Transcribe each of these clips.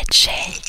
Shake.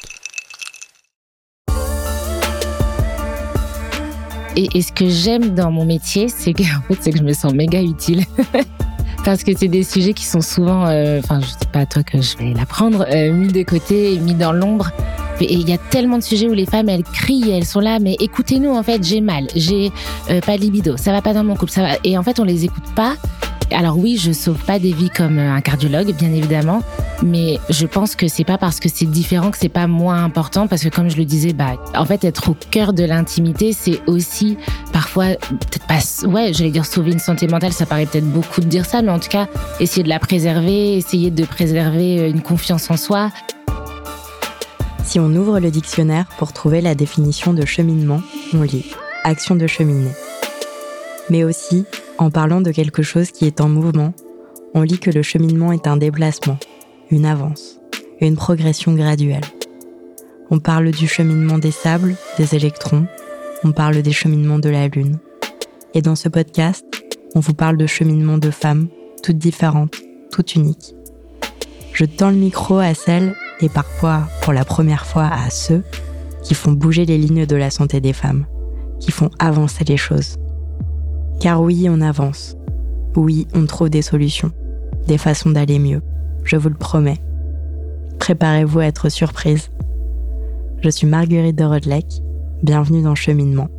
Et ce que j'aime dans mon métier, c'est que je me sens méga utile. Parce que c'est des sujets qui sont souvent, je sais pas à toi que je vais l'apprendre, mis de côté, mis dans l'ombre. Et il y a tellement de sujets où les femmes, elles crient, elles sont là, mais écoutez-nous, en fait, j'ai mal, j'ai pas de libido, ça va pas dans mon couple, ça va. Et en fait, on les écoute pas. Alors oui, je sauve pas des vies comme un cardiologue, bien évidemment, mais je pense que c'est pas parce que c'est différent que c'est pas moins important, parce que comme je le disais, en fait, être au cœur de l'intimité, c'est aussi parfois, peut-être pas, j'allais dire sauver une santé mentale, ça paraît peut-être beaucoup de dire ça, mais en tout cas, essayer de la préserver, essayer de préserver une confiance en soi. Si on ouvre le dictionnaire pour trouver la définition de cheminement, on lit « action de cheminer ». Mais aussi, en parlant de quelque chose qui est en mouvement, on lit que le cheminement est un déplacement, une avance, une progression graduelle. On parle du cheminement des sables, des électrons, on parle des cheminements de la Lune. Et dans ce podcast, on vous parle de cheminement de femmes, toutes différentes, toutes uniques. Je tends le micro à celles, et parfois, pour la première fois, à ceux qui font bouger les lignes de la santé des femmes, qui font avancer les choses. Car oui, on avance. Oui, on trouve des solutions, des façons d'aller mieux, je vous le promets. Préparez-vous à être surprise. Je suis Marguerite de Rodelec, bienvenue dans Cheminement.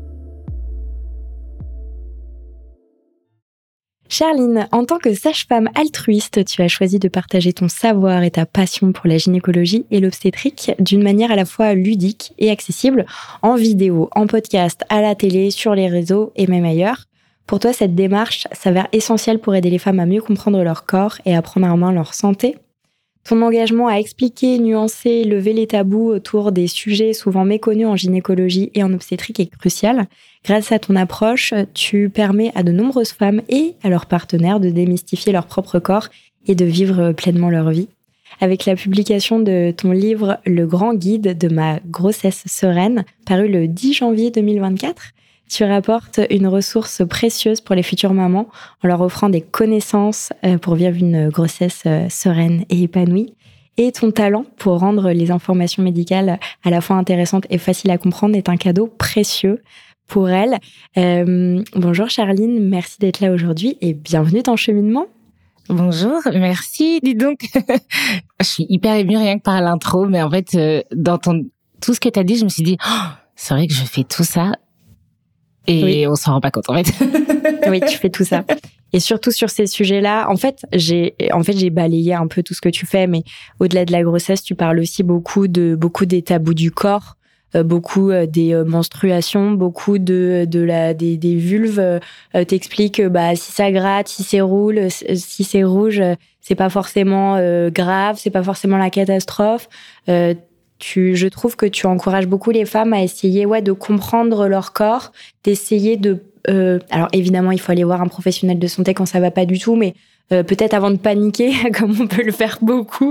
Charline, en tant que sage-femme altruiste, tu as choisi de partager ton savoir et ta passion pour la gynécologie et l'obstétrique d'une manière à la fois ludique et accessible, en vidéo, en podcast, à la télé, sur les réseaux et même ailleurs. Pour toi, cette démarche s'avère essentielle pour aider les femmes à mieux comprendre leur corps et à prendre en main leur santé. Ton engagement à expliquer, nuancer, lever les tabous autour des sujets souvent méconnus en gynécologie et en obstétrique est crucial. Grâce à ton approche, tu permets à de nombreuses femmes et à leurs partenaires de démystifier leur propre corps et de vivre pleinement leur vie. Avec la publication de ton livre « Le grand guide de ma grossesse sereine », paru le 10 janvier 2024, tu rapportes une ressource précieuse pour les futures mamans en leur offrant des connaissances pour vivre une grossesse sereine et épanouie. Et ton talent pour rendre les informations médicales à la fois intéressantes et faciles à comprendre est un cadeau précieux pour elles. Bonjour Charline, merci d'être là aujourd'hui et bienvenue dans Cheminement. Bonjour, merci. Dis donc, je suis hyper émue rien que par l'intro, mais en fait, dans tout ce que tu as dit, je me suis dit, c'est vrai que je fais tout ça. Et oui. On s'en rend pas compte, en fait. Oui, tu fais tout ça. Et surtout sur ces sujets-là, en fait, j'ai balayé un peu tout ce que tu fais, mais au-delà de la grossesse, tu parles aussi beaucoup des tabous du corps, beaucoup des menstruations, beaucoup des vulves. T'expliques si ça gratte, si c'est rouge, c'est pas forcément grave, c'est pas forcément la catastrophe. Je trouve que tu encourages beaucoup les femmes à essayer de comprendre leur corps, d'essayer de... alors évidemment, il faut aller voir un professionnel de santé quand ça va pas du tout, mais peut-être avant de paniquer, comme on peut le faire beaucoup,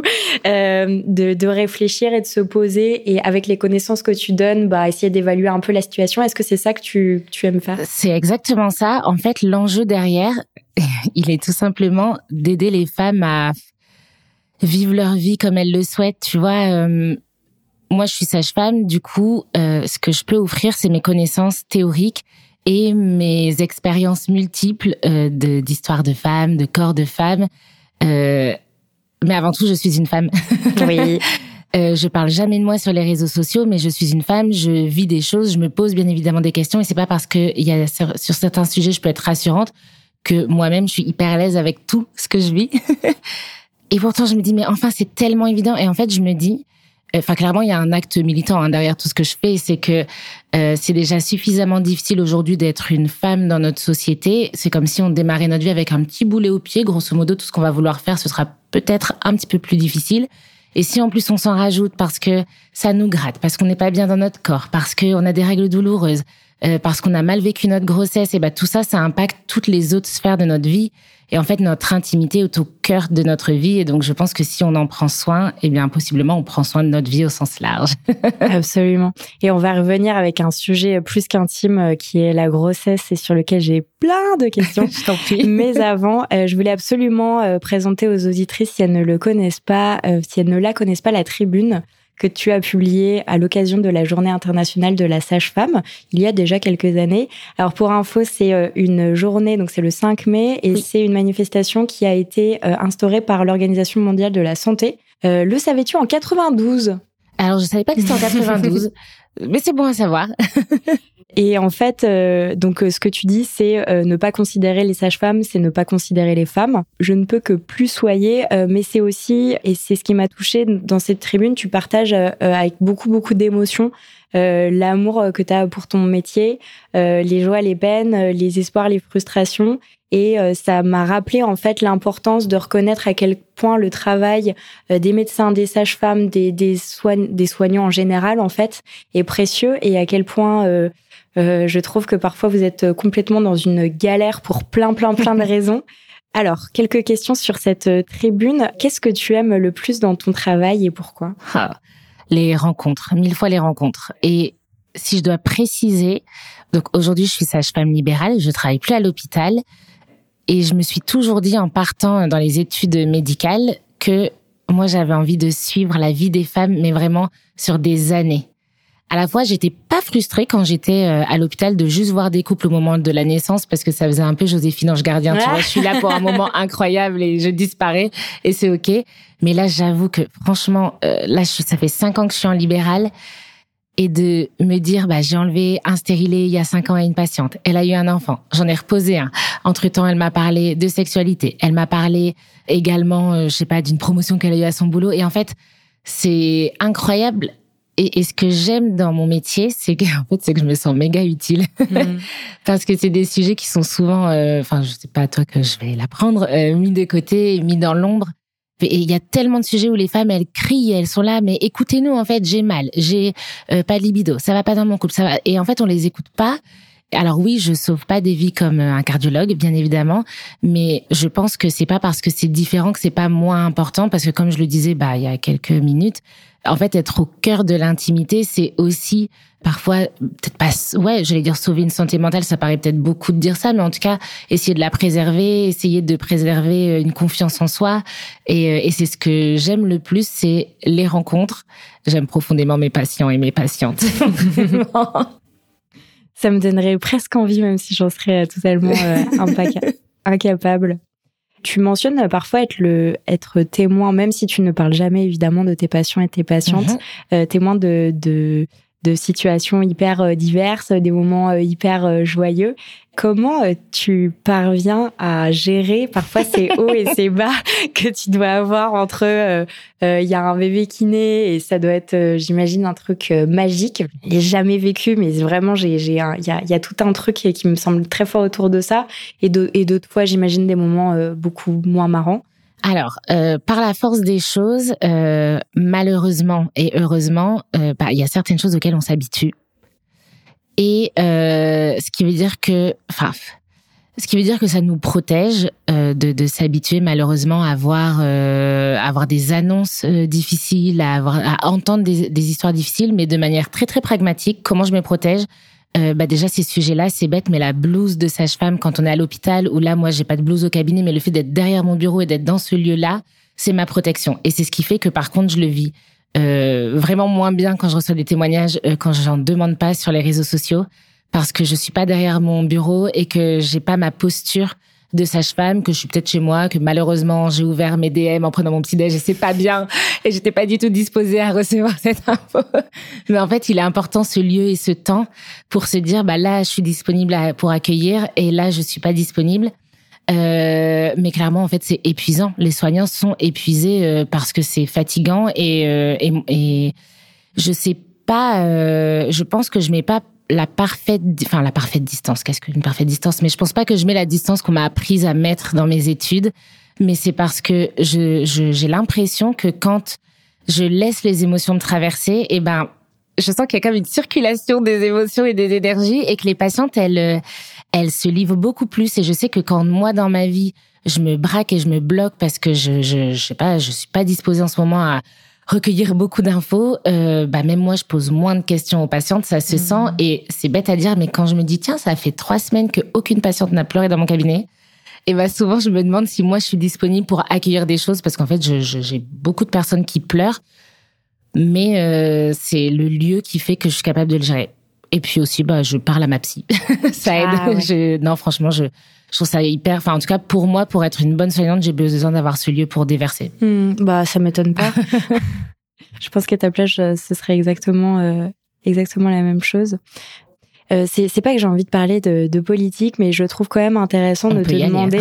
de réfléchir et de se poser et avec les connaissances que tu donnes, essayer d'évaluer un peu la situation. Est-ce que c'est ça que tu aimes faire ? C'est exactement ça. En fait, l'enjeu derrière, il est tout simplement d'aider les femmes à vivre leur vie comme elles le souhaitent, tu vois. Moi, je suis sage-femme, du coup, ce que je peux offrir, c'est mes connaissances théoriques et mes expériences multiples d'histoire de femmes, de corps de femmes. Mais avant tout, je suis une femme. Oui. Je parle jamais de moi sur les réseaux sociaux, mais je suis une femme, je vis des choses, je me pose bien évidemment des questions et c'est pas parce que sur certains sujets, je peux être rassurante que moi-même, je suis hyper à l'aise avec tout ce que je vis. Et pourtant, je me dis, mais enfin, c'est tellement évident. Et en fait, je me dis, clairement, il y a un acte militant derrière tout ce que je fais, c'est que c'est déjà suffisamment difficile aujourd'hui d'être une femme dans notre société. C'est comme si on démarrait notre vie avec un petit boulet au pied. Grosso modo, tout ce qu'on va vouloir faire, ce sera peut-être un petit peu plus difficile. Et si en plus on s'en rajoute parce que ça nous gratte, parce qu'on n'est pas bien dans notre corps, parce qu'on a des règles douloureuses, parce qu'on a mal vécu notre grossesse, et tout ça, ça impacte toutes les autres sphères de notre vie. Et en fait, notre intimité est au cœur de notre vie. Et donc, je pense que si on en prend soin, possiblement, on prend soin de notre vie au sens large. Absolument. Et on va revenir avec un sujet plus qu'intime qui est la grossesse et sur lequel j'ai plein de questions. Je t'en prie. Mais avant, je voulais absolument présenter aux auditrices, si elles ne la connaissent pas, la tribune que tu as publiée à l'occasion de la Journée internationale de la sage-femme, il y a déjà quelques années. Alors, pour info, c'est une journée, donc c'est le 5 mai, et c'est une manifestation qui a été instaurée par l'Organisation mondiale de la santé. Le savais-tu en 92 ? Alors, je savais pas que c'était en 92, mais c'est bon à savoir. Et en fait, ce que tu dis, c'est ne pas considérer les sages-femmes, c'est ne pas considérer les femmes. Je ne peux que plus soyer, mais c'est aussi, et c'est ce qui m'a touchée dans cette tribune, tu partages avec beaucoup, beaucoup d'émotions l'amour que tu as pour ton métier, les joies, les peines, les espoirs, les frustrations. Et ça m'a rappelé en fait l'importance de reconnaître à quel point le travail des médecins, des sages-femmes, des soignants en général en fait est précieux, et à quel point je trouve que parfois vous êtes complètement dans une galère pour plein de raisons. Alors, quelques questions sur cette tribune. Qu'est-ce que tu aimes le plus dans ton travail et pourquoi ? Les rencontres, 1000 fois les rencontres. Et si je dois préciser, donc aujourd'hui je suis sage-femme libérale, je travaille plus à l'hôpital. Et je me suis toujours dit en partant dans les études médicales que moi j'avais envie de suivre la vie des femmes, mais vraiment sur des années. À la fois, j'étais pas frustrée quand j'étais à l'hôpital de juste voir des couples au moment de la naissance, parce que ça faisait un peu Joséphine Ange Gardien, tu vois, je suis là pour un moment incroyable et je disparais et c'est ok. Mais là, j'avoue que franchement, ça fait 5 ans que je suis en libéral. Et de me dire, j'ai enlevé un stérilet il y a 5 ans à une patiente. Elle a eu un enfant. J'en ai reposé un. Entre-temps, elle m'a parlé de sexualité. Elle m'a parlé également, d'une promotion qu'elle a eue à son boulot. Et en fait, c'est incroyable. Et ce que j'aime dans mon métier, c'est que je me sens méga utile. Parce que c'est des sujets qui sont souvent, je sais pas à toi que je vais l'apprendre, mis de côté, mis dans l'ombre. Et il y a tellement de sujets où les femmes, elles crient, elles sont là, mais écoutez-nous, en fait, j'ai mal, j'ai pas de libido, ça va pas dans mon couple, ça va. Et en fait, on les écoute pas. Alors oui, je sauve pas des vies comme un cardiologue, bien évidemment, mais je pense que c'est pas parce que c'est différent que c'est pas moins important, parce que comme je le disais, il y a quelques minutes, en fait, être au cœur de l'intimité, c'est aussi parfois, peut-être pas, j'allais dire sauver une santé mentale, ça paraît peut-être beaucoup de dire ça, mais en tout cas, essayer de la préserver, essayer de préserver une confiance en soi. Et c'est ce que j'aime le plus, c'est les rencontres. J'aime profondément mes patients et mes patientes. Ça me donnerait presque envie, même si j'en serais totalement incapable. Tu mentionnes parfois être témoin, même si tu ne parles jamais évidemment de tes patients et tes patientes, témoin de situations hyper diverses, des moments hyper joyeux. Comment tu parviens à gérer parfois ces hauts et ces bas que tu dois avoir entre y a un bébé qui naît et ça doit être, j'imagine, un truc magique. Je l'ai jamais vécu, mais vraiment, il y a tout un truc qui me semble très fort autour de ça. Et d'autres fois, j'imagine des moments beaucoup moins marrants. Alors, par la force des choses, malheureusement et heureusement, il y a certaines choses auxquelles on s'habitue. Et ce qui veut dire que ça nous protège de s'habituer malheureusement à avoir des annonces difficiles, à entendre des histoires difficiles, mais de manière très très pragmatique. Comment je me protège ? Déjà ces sujets-là, c'est bête, mais la blouse de sage-femme quand on est à l'hôpital, où là moi j'ai pas de blouse au cabinet, mais le fait d'être derrière mon bureau et d'être dans ce lieu-là, c'est ma protection. Et c'est ce qui fait que par contre je le vis vraiment moins bien quand je reçois des témoignages, quand j'en demande pas sur les réseaux sociaux, parce que je suis pas derrière mon bureau et que j'ai pas ma posture de sage-femme, que je suis peut-être chez moi, que malheureusement j'ai ouvert mes DM en prenant mon petit-déj et c'est pas bien et j'étais pas du tout disposée à recevoir cette info. Mais en fait, il est important ce lieu et ce temps pour se dire là je suis disponible pour accueillir et là je suis pas disponible. Mais clairement en fait c'est épuisant. Les soignants sont épuisés parce que c'est fatigant et je sais pas. Je pense que je mets pas la parfaite distance. Qu'est-ce qu'une parfaite distance ? Mais je pense pas que je mets la distance qu'on m'a apprise à mettre dans mes études. Mais c'est parce que j'ai l'impression que quand je laisse les émotions me traverser, je sens qu'il y a comme une circulation des émotions et des énergies et que les patientes, elles se livrent beaucoup plus. Et je sais que quand moi, dans ma vie, je me braque et je me bloque parce que je sais pas, je suis pas disposée en ce moment à recueillir beaucoup d'infos, même moi, je pose moins de questions aux patientes, ça se sent. Et c'est bête à dire, mais quand je me dis, tiens, ça fait 3 semaines qu'aucune patiente n'a pleuré dans mon cabinet, et souvent, je me demande si moi, je suis disponible pour accueillir des choses, parce qu'en fait, j'ai beaucoup de personnes qui pleurent, mais c'est le lieu qui fait que je suis capable de le gérer. Et puis aussi, je parle à ma psy. Ça aide. Ouais. Non, franchement, je trouve ça hyper... Enfin, en tout cas, pour moi, pour être une bonne soignante, j'ai besoin d'avoir ce lieu pour déverser. Ça m'étonne pas. Je pense qu'à ta place, ce serait exactement la même chose. C'est pas que j'ai envie de parler de politique, mais je trouve quand même intéressant de te demander...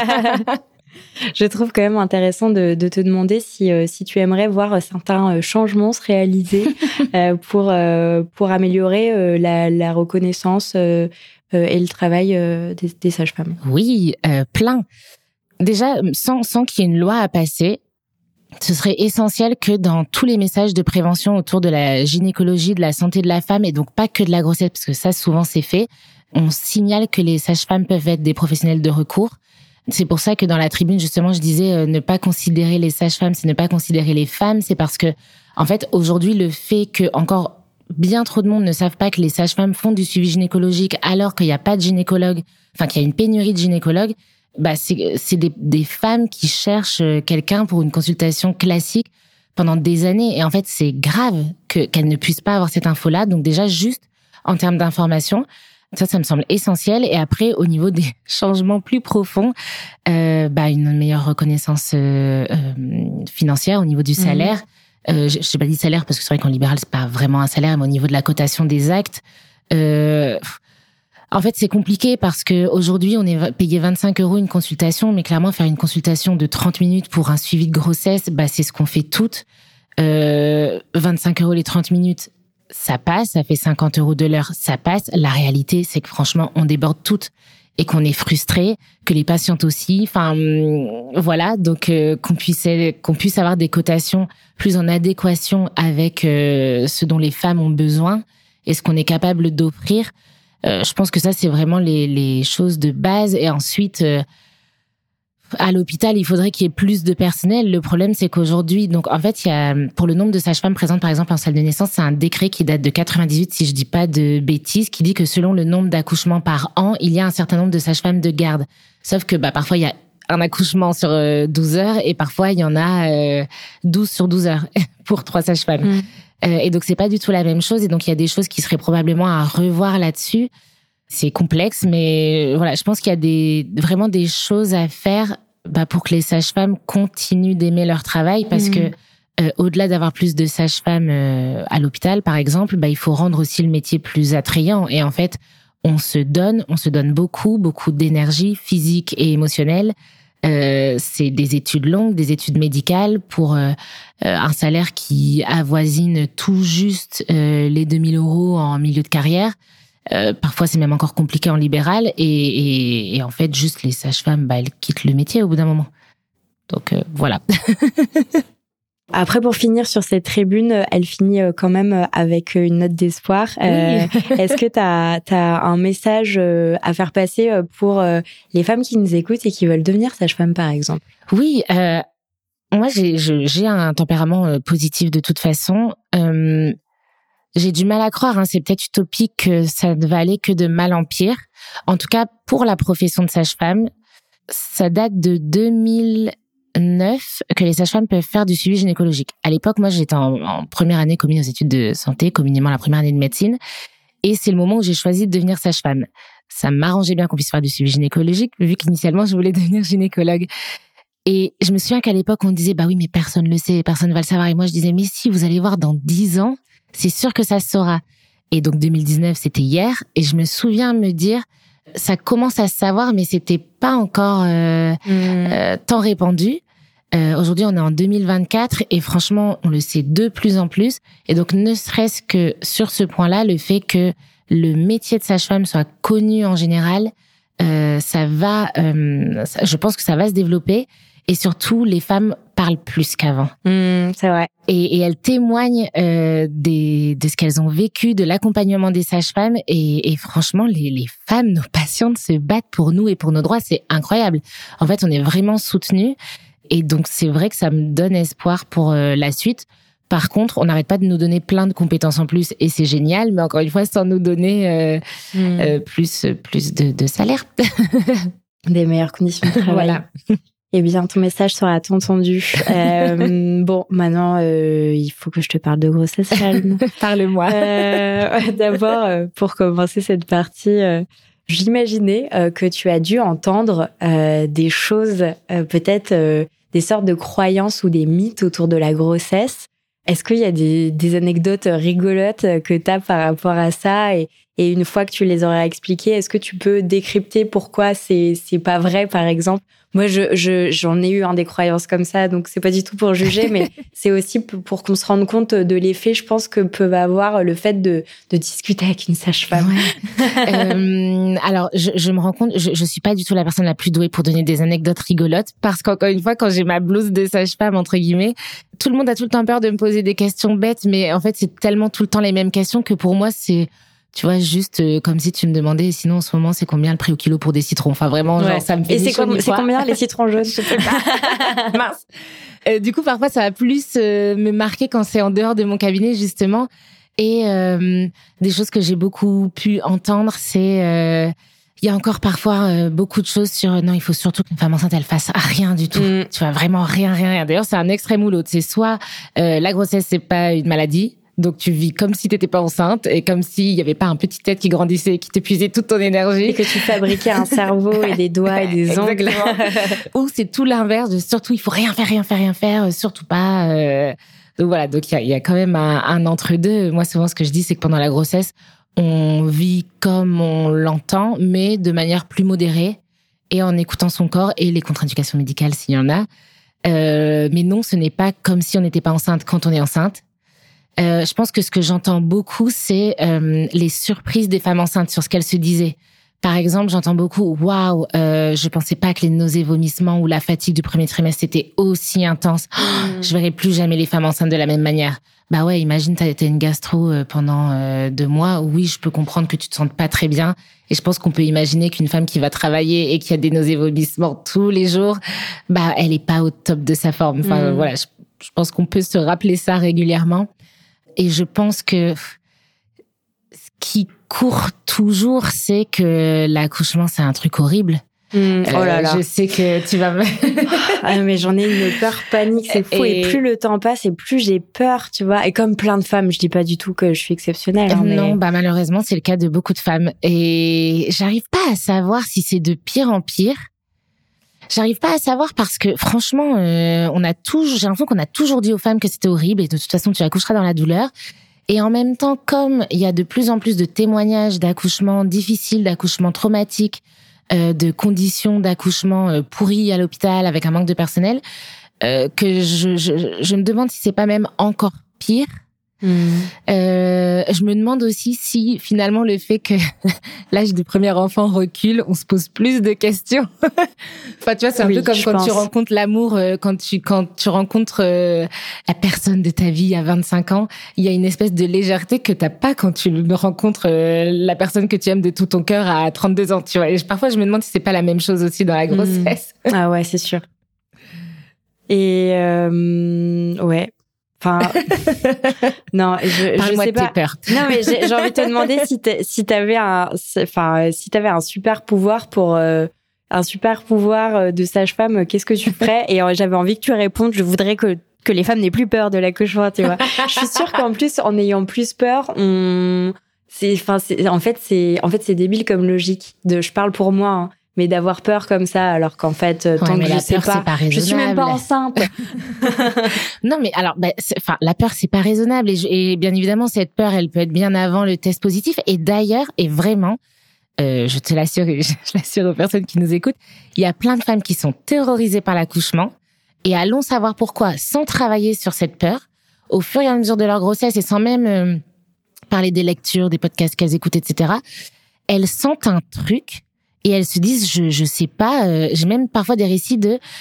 Je trouve quand même intéressant de te demander si tu aimerais voir certains changements se réaliser pour améliorer la reconnaissance et le travail des sages-femmes. Oui, plein. Déjà, sans qu'il y ait une loi à passer, ce serait essentiel que dans tous les messages de prévention autour de la gynécologie, de la santé de la femme, et donc pas que de la grossesse, parce que ça, souvent, c'est fait, on signale que les sages-femmes peuvent être des professionnels de recours. C'est pour ça que dans la tribune, justement, je disais ne pas considérer les sages-femmes, c'est ne pas considérer les femmes. C'est parce que, en fait, aujourd'hui, le fait que encore bien trop de monde ne savent pas que les sages-femmes font du suivi gynécologique alors qu'il n'y a pas de gynécologue, enfin qu'il y a une pénurie de gynécologues, c'est des femmes qui cherchent quelqu'un pour une consultation classique pendant des années. Et en fait, c'est grave qu'elles ne puissent pas avoir cette info-là. Donc déjà, juste en termes d'information, ça me semble essentiel. Et après, au niveau des changements plus profonds, une meilleure reconnaissance financière au niveau du salaire. Je n'ai pas dit salaire parce que c'est vrai qu'en libéral, c'est pas vraiment un salaire, mais au niveau de la cotation des actes, en fait, c'est compliqué parce que aujourd'hui, on est payé 25 € une consultation, mais clairement, faire une consultation de 30 minutes pour un suivi de grossesse, c'est ce qu'on fait toutes. 25 € les 30 minutes, ça passe, ça fait 50 € de l'heure, ça passe. La réalité, c'est que franchement, on déborde toutes et qu'on est frustré, que les patientes aussi. Enfin, voilà, donc qu'on puisse avoir des cotations plus en adéquation avec ce dont les femmes ont besoin et ce qu'on est capable d'offrir. Je pense que ça, c'est vraiment les choses de base. Et ensuite, à l'hôpital, il faudrait qu'il y ait plus de personnel. Le problème, c'est qu'aujourd'hui, donc en fait, il y a pour le nombre de sages-femmes présentes, par exemple, en salle de naissance, c'est un décret qui date de 98, si je dis pas de bêtises, qui dit que selon le nombre d'accouchements par an, il y a un certain nombre de sages-femmes de garde. Sauf que parfois, il y a un accouchement sur 12 heures et parfois, il y en a 12 sur 12 heures pour 3 sages-femmes. Et donc, c'est pas du tout la même chose. Et donc, il y a des choses qui seraient probablement à revoir là-dessus. C'est complexe, mais voilà, je pense qu'il y a vraiment des choses à faire pour que les sages-femmes continuent d'aimer leur travail, parce que au-delà d'avoir plus de sages-femmes à l'hôpital, par exemple, il faut rendre aussi le métier plus attrayant. Et en fait, on se donne beaucoup d'énergie physique et émotionnelle. C'est des études longues, des études médicales pour un salaire qui avoisine tout juste les 2 000 € en milieu de carrière. Parfois, c'est même encore compliqué en libéral. Et en fait, juste les sages-femmes, elles quittent le métier au bout d'un moment. Donc, voilà. Après, pour finir sur cette tribune, elle finit quand même avec une note d'espoir. Oui. Est-ce que t'as un message à faire passer pour les femmes qui nous écoutent et qui veulent devenir sage-femme, par exemple? Oui, moi, j'ai un tempérament positif de toute façon. J'ai du mal à croire, c'est peut-être utopique que ça ne va aller que de mal en pire. En tout cas, pour la profession de sage-femme, ça date de 2009 que les sages-femmes peuvent faire du suivi gynécologique. À l'époque, moi, j'étais en première année commune aux études de santé, communément la première année de médecine, et c'est le moment où j'ai choisi de devenir sage-femme. Ça m'arrangeait bien qu'on puisse faire du suivi gynécologique, vu qu'initialement, je voulais devenir gynécologue. Et je me souviens qu'à l'époque, on disait, oui, mais personne le sait, personne va le savoir. Et moi, je disais, mais si, vous allez voir, dans 10 ans, c'est sûr que ça se saura. Et donc 2019, c'était hier. Et je me souviens me dire, ça commence à se savoir, mais c'était pas encore tant répandu. Aujourd'hui, on est en 2024 et franchement, on le sait de plus en plus. Et donc, ne serait-ce que sur ce point-là, le fait que le métier de sage-femme soit connu en général, je pense que ça va se développer. Et surtout, les femmes parlent plus qu'avant. C'est vrai. Et elles témoignent de ce qu'elles ont vécu, de l'accompagnement des sages-femmes. Et franchement, les femmes, nos patientes se battent pour nous et pour nos droits. C'est incroyable. En fait, on est vraiment soutenues. Et donc, c'est vrai que ça me donne espoir pour la suite. Par contre, on n'arrête pas de nous donner plein de compétences en plus et c'est génial, mais encore une fois, sans nous donner plus de salaire. Des meilleures conditions de travail. Voilà. Eh bien, ton message sera entendu. Bon, maintenant, il faut que je te parle de grossesse, Salm. Parle-moi. D'abord, pour commencer cette partie, j'imaginais que tu as dû entendre des choses, peut-être des sortes de croyances ou des mythes autour de la grossesse. Est-ce qu'il y a des anecdotes rigolotes que tu as par rapport à ça et une fois que tu les auras expliquées, est-ce que tu peux décrypter pourquoi c'est pas vrai, par exemple? Moi, j'en ai eu des croyances comme ça, donc c'est pas du tout pour juger, mais c'est aussi pour qu'on se rende compte de l'effet, je pense, que peut avoir le fait de discuter avec une sage-femme. Ouais. Alors, je me rends compte, je suis pas du tout la personne la plus douée pour donner des anecdotes rigolotes, parce qu'encore une fois, quand j'ai ma blouse de sage-femme, entre guillemets, tout le monde a tout le temps peur de me poser des questions bêtes, mais en fait, c'est tellement tout le temps les mêmes questions que pour moi, c'est... Tu vois, juste comme si tu me demandais, sinon en ce moment, c'est combien le prix au kilo pour des citrons? Enfin, vraiment, genre, ça me fait c'est combien les citrons jaunes? Je sais pas. Mince. Du coup, parfois, ça va plus me marquer quand c'est en dehors de mon cabinet, justement. Et des choses que j'ai beaucoup pu entendre, c'est... Il y a encore parfois beaucoup de choses sur non, il faut surtout qu'une femme enceinte elle fasse rien du tout. Tu vois, vraiment rien. D'ailleurs, c'est un extrême ou l'autre. C'est soit la grossesse c'est pas une maladie. Donc, tu vis comme si t'étais pas enceinte et comme s'il y avait pas un petit tête qui grandissait et qui t'épuisait toute ton énergie. Et que tu fabriquais un cerveau et des doigts et des ongles. Ou c'est tout l'inverse de surtout, il faut rien faire, surtout pas. Donc voilà, donc il y a quand même un entre-deux. Moi, souvent, ce que je dis, c'est que pendant la grossesse, on vit comme on l'entend, mais de manière plus modérée et en écoutant son corps et les contre-indications médicales s'il y en a. Mais non, ce n'est pas comme si on n'était pas enceinte quand on est enceinte. Je pense que ce que j'entends beaucoup, c'est les surprises des femmes enceintes sur ce qu'elles se disaient. Par exemple, j'entends beaucoup « Waouh, je pensais pas que les nausées, vomissements ou la fatigue du premier trimestre était aussi intense. Je verrai plus jamais les femmes enceintes de la même manière. » Bah ouais, imagine, t'as été une gastro pendant 2 mois. Oui, je peux comprendre que tu te sentes pas très bien. Et je pense qu'on peut imaginer qu'une femme qui va travailler et qui a des nausées, vomissements tous les jours, bah elle est pas au top de sa forme. Enfin voilà, je pense qu'on peut se rappeler ça régulièrement. Et je pense que ce qui court toujours, c'est que l'accouchement, c'est un truc horrible. Oh là là. Je sais que tu vas me... mais j'en ai une peur panique, c'est fou. Et plus le temps passe et plus j'ai peur, tu vois. Et comme plein de femmes, je dis pas du tout que je suis exceptionnelle. Non, bah malheureusement, c'est le cas de beaucoup de femmes. Et j'arrive pas à savoir si c'est de pire en pire. J'arrive pas à savoir parce que franchement, j'ai l'impression qu'on a toujours dit aux femmes que c'était horrible et de toute façon tu accoucheras dans la douleur. Et en même temps, comme il y a de plus en plus de témoignages d'accouchements difficiles, d'accouchements traumatiques, de conditions d'accouchement pourries à l'hôpital avec un manque de personnel, que je me demande si c'est pas même encore pire. Je me demande aussi si finalement le fait que l'âge du premier enfant recule, on se pose plus de questions. Enfin, tu vois, c'est un peu comme quand tu rencontres l'amour, quand tu rencontres la personne de ta vie à 25 ans, il y a une espèce de légèreté que t'as pas quand tu rencontres la personne que tu aimes de tout ton cœur à 32 ans, tu vois. Et parfois, je me demande si c'est pas la même chose aussi dans la grossesse. Ah ouais, c'est sûr. Et ouais. Enfin, non, je sais pas. Peurs. Non, mais j'ai envie de te demander si t'avais un super pouvoir un super pouvoir de sage-femme, qu'est-ce que tu ferais? Et j'avais envie que tu répondes. Je voudrais que les femmes n'aient plus peur de l'accouchement, tu vois. Je suis sûre qu'en plus, en ayant plus peur, en fait, c'est débile comme logique. Je parle pour moi, hein. Mais d'avoir peur comme ça, alors qu'en fait, tant que je sais pas, je suis même pas enceinte. Non, mais alors, la peur, c'est pas raisonnable. Et bien évidemment, cette peur, elle peut être bien avant le test positif. Et d'ailleurs, et vraiment, je te l'assure, et je l'assure aux personnes qui nous écoutent, il y a plein de femmes qui sont terrorisées par l'accouchement. Et allons savoir pourquoi, sans travailler sur cette peur, au fur et à mesure de leur grossesse et sans même parler des lectures, des podcasts qu'elles écoutent, etc., elles sentent un truc. Et elles se disent, je sais pas, j'ai même parfois des récits de,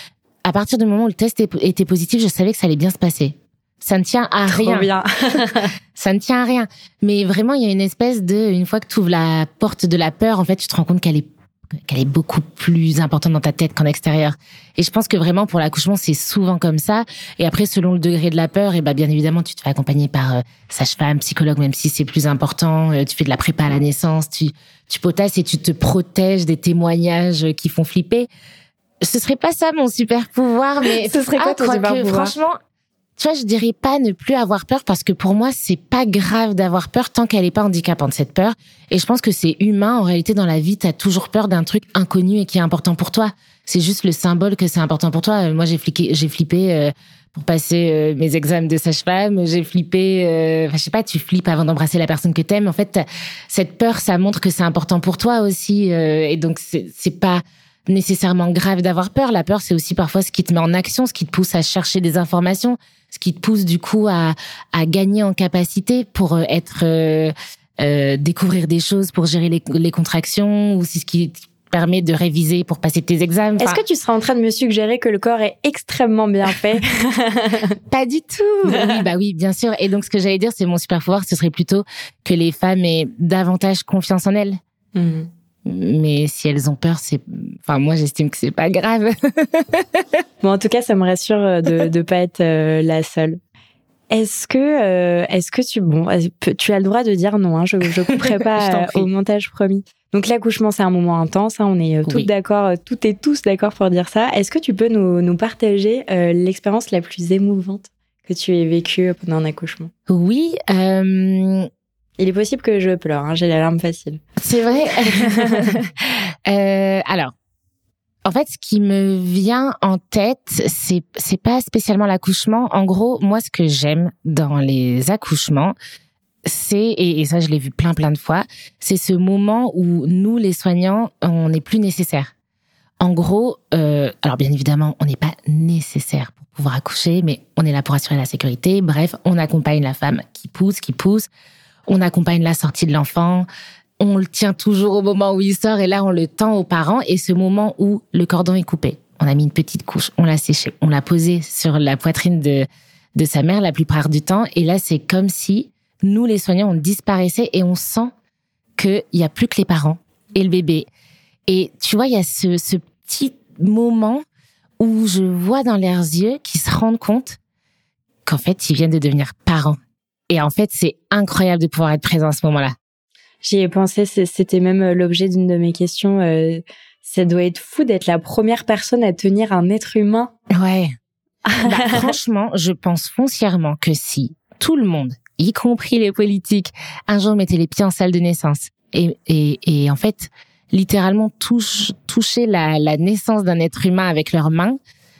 à partir du moment où le test était positif, je savais que ça allait bien se passer. Ça ne tient à rien. Trop bien. Ça ne tient à rien. Mais vraiment, il y a une espèce une fois que tu ouvres la porte de la peur, en fait, tu te rends compte qu'elle est beaucoup plus importante dans ta tête qu'en extérieur. Et je pense que vraiment, pour l'accouchement, c'est souvent comme ça. Et après, selon le degré de la peur, et bien évidemment, tu te fais accompagner par sage-femme, psychologue, même si c'est plus important. Tu fais de la prépa à la naissance, tu potasses et tu te protèges des témoignages qui font flipper. Ce serait pas ça mon super pouvoir, mais ce serait quoi ton super pouvoir? Franchement, tu vois, je dirais pas ne plus avoir peur parce que pour moi, c'est pas grave d'avoir peur tant qu'elle est pas handicapante, cette peur. Et je pense que c'est humain. En réalité, dans la vie, t'as toujours peur d'un truc inconnu et qui est important pour toi. C'est juste le symbole que c'est important pour toi. Moi, j'ai flippé pour passer mes examens de sage-femme. J'ai flippé, je sais pas, tu flippes avant d'embrasser la personne que t'aimes. En fait, cette peur, ça montre que c'est important pour toi aussi. Et donc, c'est pas nécessairement grave d'avoir peur. La peur, c'est aussi parfois ce qui te met en action, ce qui te pousse à chercher des informations, ce qui te pousse du coup à gagner en capacité pour découvrir des choses, pour gérer les contractions, ou c'est ce qui te permet de réviser pour passer tes examens. Est-ce que tu seras en train de me suggérer que le corps est extrêmement bien fait? Pas du tout. Oui, bien sûr. Et donc, ce que j'allais dire, c'est mon super pouvoir, ce serait plutôt que les femmes aient davantage confiance en elles. Mais si elles ont peur, moi, j'estime que c'est pas grave. Bon, en tout cas, ça me rassure de pas être la seule. Est-ce que tu as le droit de dire non, hein, je couperai pas au montage, promis. Donc, l'accouchement, c'est un moment intense, hein, on est toutes d'accord, toutes et tous d'accord pour dire ça. Est-ce que tu peux nous partager l'expérience la plus émouvante que tu aies vécue pendant un accouchement? Oui, il est possible que je pleure, hein, j'ai la larme facile. C'est vrai. Alors, en fait, ce qui me vient en tête, c'est pas spécialement l'accouchement. En gros, moi, ce que j'aime dans les accouchements, c'est, et ça, je l'ai vu plein de fois, c'est ce moment où nous, les soignants, on n'est plus nécessaires. En gros, alors bien évidemment, on n'est pas nécessaire pour pouvoir accoucher, mais on est là pour assurer la sécurité. Bref, on accompagne la femme qui pousse. On accompagne la sortie de l'enfant. On le tient toujours au moment où il sort et là, on le tend aux parents. Et ce moment où le cordon est coupé, on a mis une petite couche, on l'a séché, on l'a posé sur la poitrine de sa mère la plupart du temps. Et là, c'est comme si nous, les soignants, on disparaissait et on sent qu'il n'y a plus que les parents et le bébé. Et tu vois, il y a ce petit moment où je vois dans leurs yeux qu'ils se rendent compte qu'en fait, ils viennent de devenir parents. Et en fait, c'est incroyable de pouvoir être présent à ce moment-là. J'y ai pensé, c'était même l'objet d'une de mes questions. Ça doit être fou d'être la première personne à tenir un être humain. Ouais. Franchement, je pense foncièrement que si tout le monde, y compris les politiques, un jour mettait les pieds en salle de naissance et en fait, littéralement toucher la naissance d'un être humain avec leurs mains,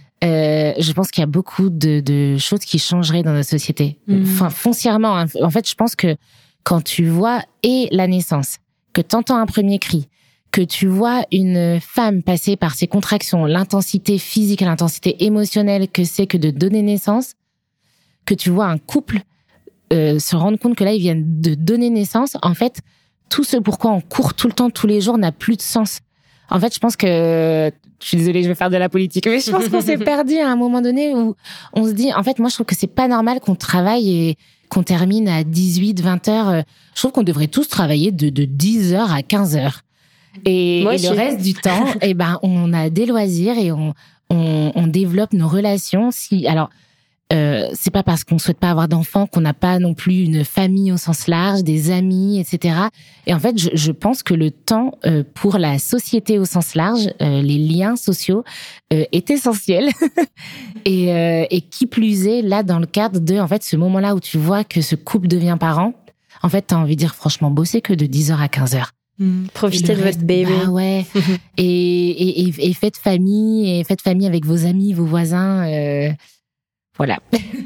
je pense qu'il y a beaucoup de choses qui changeraient dans notre société. Enfin, foncièrement, hein. En fait, je pense que quand tu vois la naissance, que t'entends un premier cri, que tu vois une femme passer par ses contractions, l'intensité physique et l'intensité émotionnelle que c'est que de donner naissance, que tu vois un couple se rendre compte que là, ils viennent de donner naissance, en fait, tout ce pourquoi on court tout le temps, tous les jours, n'a plus de sens. En fait, je pense que... Je suis désolée, je vais faire de la politique, mais je pense qu'on s'est perdu à un moment donné où on se dit... En fait, moi, je trouve que c'est pas normal qu'on travaille et qu'on termine à 18, 20 heures. Je trouve qu'on devrait tous travailler de 10 heures à 15 heures. Et le reste du temps, on a des loisirs et on développe nos relations. Alors, c'est pas parce qu'on souhaite pas avoir d'enfants qu'on n'a pas non plus une famille au sens large, des amis, etc. Et en fait, je pense que le temps pour la société au sens large, les liens sociaux, est essentiel. et qui plus est, là, dans le cadre de, en fait, ce moment-là où tu vois que ce couple devient parent, en fait, t'as envie de dire, franchement, bosser que de 10 heures à 15 heures. Profitez de votre bébé. Bah ouais. et faites famille avec vos amis, vos voisins. Voilà.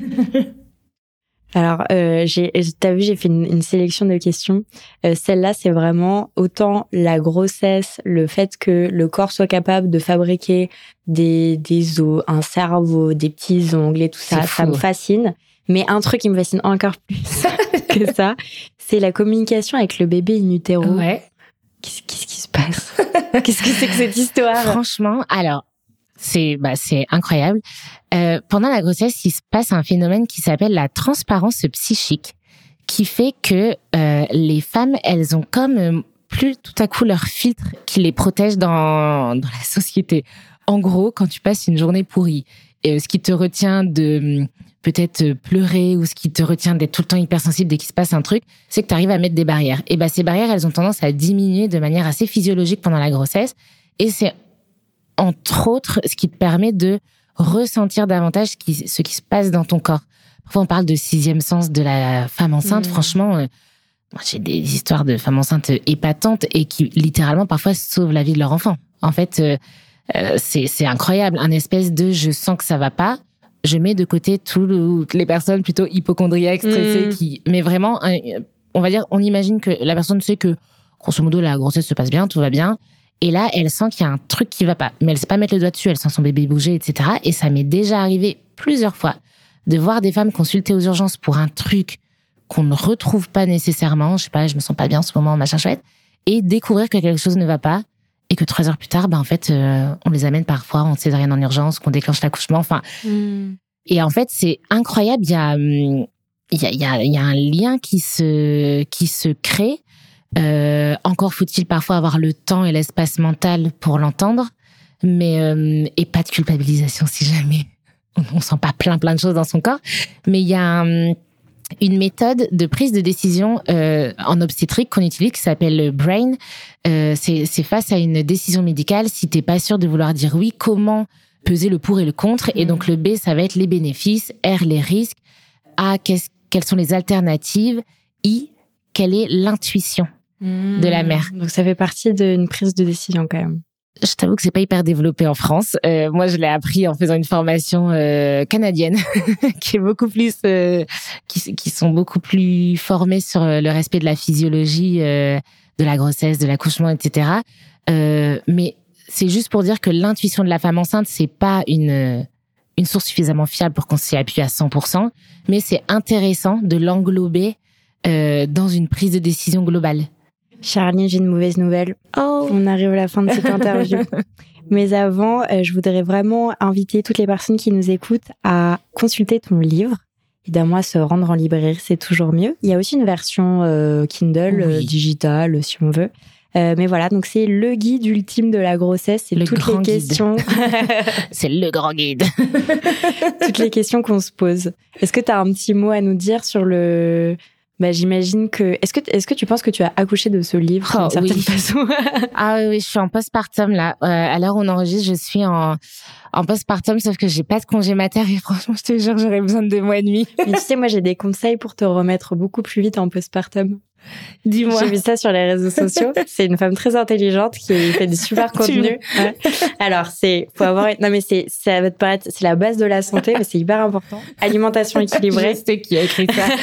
Alors, t'as vu, j'ai fait une sélection de questions. Celle-là, c'est vraiment autant la grossesse, le fait que le corps soit capable de fabriquer des os, un cerveau, des petits ongles et tout ça, ça me fascine. Mais un truc qui me fascine encore plus que ça, c'est la communication avec le bébé in utero. Ouais. Qu'est-ce qui se passe? Qu'est-ce que c'est que cette histoire? Franchement, alors, C'est incroyable. Pendant la grossesse, il se passe un phénomène qui s'appelle la transparence psychique, qui fait que les femmes, elles ont comme plus tout à coup leur filtre qui les protège dans la société. En gros, quand tu passes une journée pourrie, ce qui te retient de peut-être pleurer ou ce qui te retient d'être tout le temps hypersensible dès qu'il se passe un truc, c'est que tu arrives à mettre des barrières. Et ces barrières, elles ont tendance à diminuer de manière assez physiologique pendant la grossesse. Et c'est entre autres ce qui te permet de ressentir davantage ce qui se passe dans ton corps. Parfois, on parle de 6e sens de la femme enceinte. Franchement, moi, j'ai des histoires de femmes enceintes épatantes et qui, littéralement, parfois, sauvent la vie de leur enfant. En fait, c'est incroyable. Un espèce de « je sens que ça va pas », je mets de côté toutes les personnes plutôt hypocondriaques, stressées, mais vraiment, on va dire, on imagine que la personne sait que, grosso modo, la grossesse se passe bien, tout va bien. Et là, elle sent qu'il y a un truc qui va pas. Mais elle sait pas mettre le doigt dessus, elle sent son bébé bouger, etc. Et ça m'est déjà arrivé plusieurs fois de voir des femmes consulter aux urgences pour un truc qu'on ne retrouve pas nécessairement. Je sais pas, je me sens pas bien en ce moment, machin chouette. Et découvrir que quelque chose ne va pas. Et que 3 heures plus tard, en fait, on les amène parfois en césarienne en urgence, qu'on déclenche l'accouchement. Enfin, et en fait, c'est incroyable. Il y a un lien qui se crée. Encore faut-il parfois avoir le temps et l'espace mental pour l'entendre, mais et pas de culpabilisation si jamais on sent pas plein de choses dans son corps. Mais il y a une méthode de prise de décision en obstétrique qu'on utilise qui s'appelle le BRAIN. C'est face à une décision médicale, si t'es pas sûr de vouloir dire oui, comment peser le pour et le contre. Et donc le B, ça va être les bénéfices, R, les risques, A, quelles sont les alternatives, I, quelle est l'intuition de la mère. Donc ça fait partie d'une prise de décision quand même. Je t'avoue que c'est pas hyper développé en France. Moi, je l'ai appris en faisant une formation canadienne, qui est beaucoup plus, qui sont beaucoup plus formés sur le respect de la physiologie, de la grossesse, de l'accouchement, etc. Mais c'est juste pour dire que l'intuition de la femme enceinte, c'est pas une source suffisamment fiable pour qu'on s'y appuie à 100%, mais c'est intéressant de l'englober dans une prise de décision globale. Charline, j'ai une mauvaise nouvelle. On arrive à la fin de cette interview. Mais avant, je voudrais vraiment inviter toutes les personnes qui nous écoutent à consulter ton livre. Évidemment, à se rendre en librairie, c'est toujours mieux. Il y a aussi une version Kindle, digitale, si on veut. Mais voilà, donc c'est le guide ultime de la grossesse. C'est toutes les questions. C'est le grand guide. Toutes les questions qu'on se pose. Est-ce que tu as un petit mot à nous dire sur le... j'imagine que... Est-ce que tu penses que tu as accouché de ce livre d'une certaine façon? Ah oui, je suis en postpartum là. À l'heure où on enregistre, je suis en postpartum, sauf que j'ai pas de congé mater et franchement, je te jure, j'aurais besoin de 2 mois et demi. Mais tu sais, moi, j'ai des conseils pour te remettre beaucoup plus vite en postpartum. Dis-moi. J'ai vu ça sur les réseaux sociaux. C'est une femme très intelligente qui fait du super contenu. Ouais. Alors, faut avoir non, mais ça va te paraître, c'est la base de la santé, mais c'est hyper important. Alimentation équilibrée. Je sais qui a écrit ça.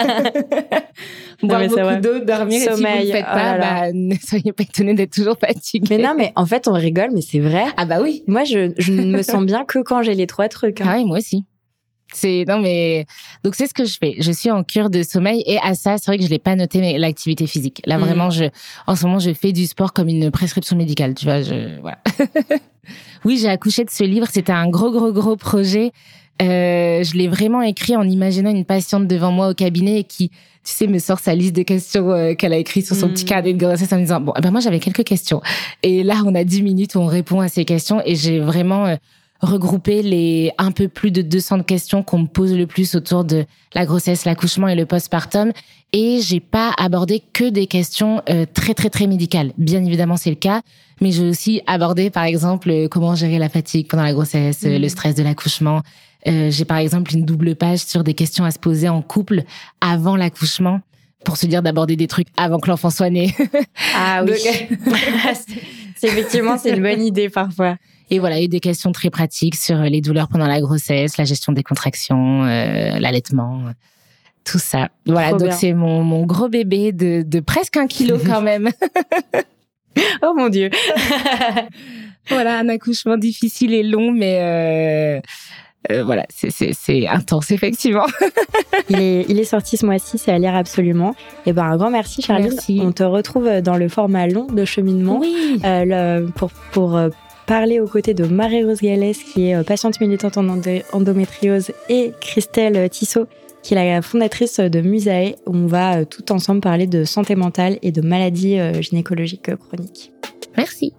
Boire beaucoup d'eau, dormir, sommeil, et si vous ne le faites pas, ne soyez pas étonnés d'être toujours fatigué. Mais non, mais en fait, on rigole, mais c'est vrai. Ah bah oui. Moi, je ne me sens bien que quand j'ai les 3 trucs. Hein. Ah oui, moi aussi. Donc c'est ce que je fais. Je suis en cure de sommeil et à ça, c'est vrai que je l'ai pas noté, mais l'activité physique. Là, vraiment, en ce moment, je fais du sport comme une prescription médicale, tu vois, voilà. Oui, j'ai accouché de ce livre. C'était un gros projet. Je l'ai vraiment écrit en imaginant une patiente devant moi au cabinet et qui, tu sais, me sort sa liste de questions qu'elle a écrit sur son petit carnet de grossesse en me disant, moi, j'avais quelques questions. Et là, on a 10 minutes où on répond à ces questions et j'ai vraiment regrouper les un peu plus de 200 questions qu'on me pose le plus autour de la grossesse, l'accouchement et le postpartum. Et j'ai pas abordé que des questions très médicales. Bien évidemment, c'est le cas. Mais j'ai aussi abordé, par exemple, comment gérer la fatigue pendant la grossesse, le stress de l'accouchement. J'ai par exemple une double page sur des questions à se poser en couple avant l'accouchement pour se dire d'aborder des trucs avant que l'enfant soit né. Ah oui. Effectivement, c'est une bonne idée parfois. Et voilà, il y a des questions très pratiques sur les douleurs pendant la grossesse, la gestion des contractions, l'allaitement, tout ça. Voilà, trop donc bien. C'est mon gros bébé de presque 1 kilo quand même. Oh mon Dieu. Voilà, un accouchement difficile et long, mais voilà, c'est intense, effectivement. Il est sorti ce mois-ci, c'est à lire absolument. Et un grand merci, Charline. Merci. On te retrouve dans le format long de cheminement. Oui. Pour parler aux côtés de Marie-Rose Gallès, qui est patiente militante en endométriose, et Christelle Tissot, qui est la fondatrice de Musae, où on va tout ensemble parler de santé mentale et de maladies gynécologiques chroniques. Merci.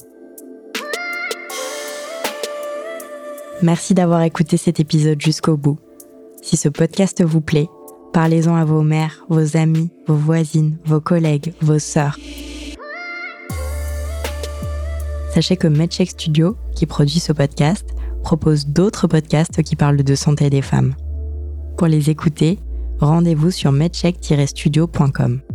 Merci d'avoir écouté cet épisode jusqu'au bout. Si ce podcast vous plaît, parlez-en à vos mères, vos amis, vos voisines, vos collègues, vos sœurs. Sachez que MedCheck Studio, qui produit ce podcast, propose d'autres podcasts qui parlent de santé des femmes. Pour les écouter, rendez-vous sur medcheck-studio.com.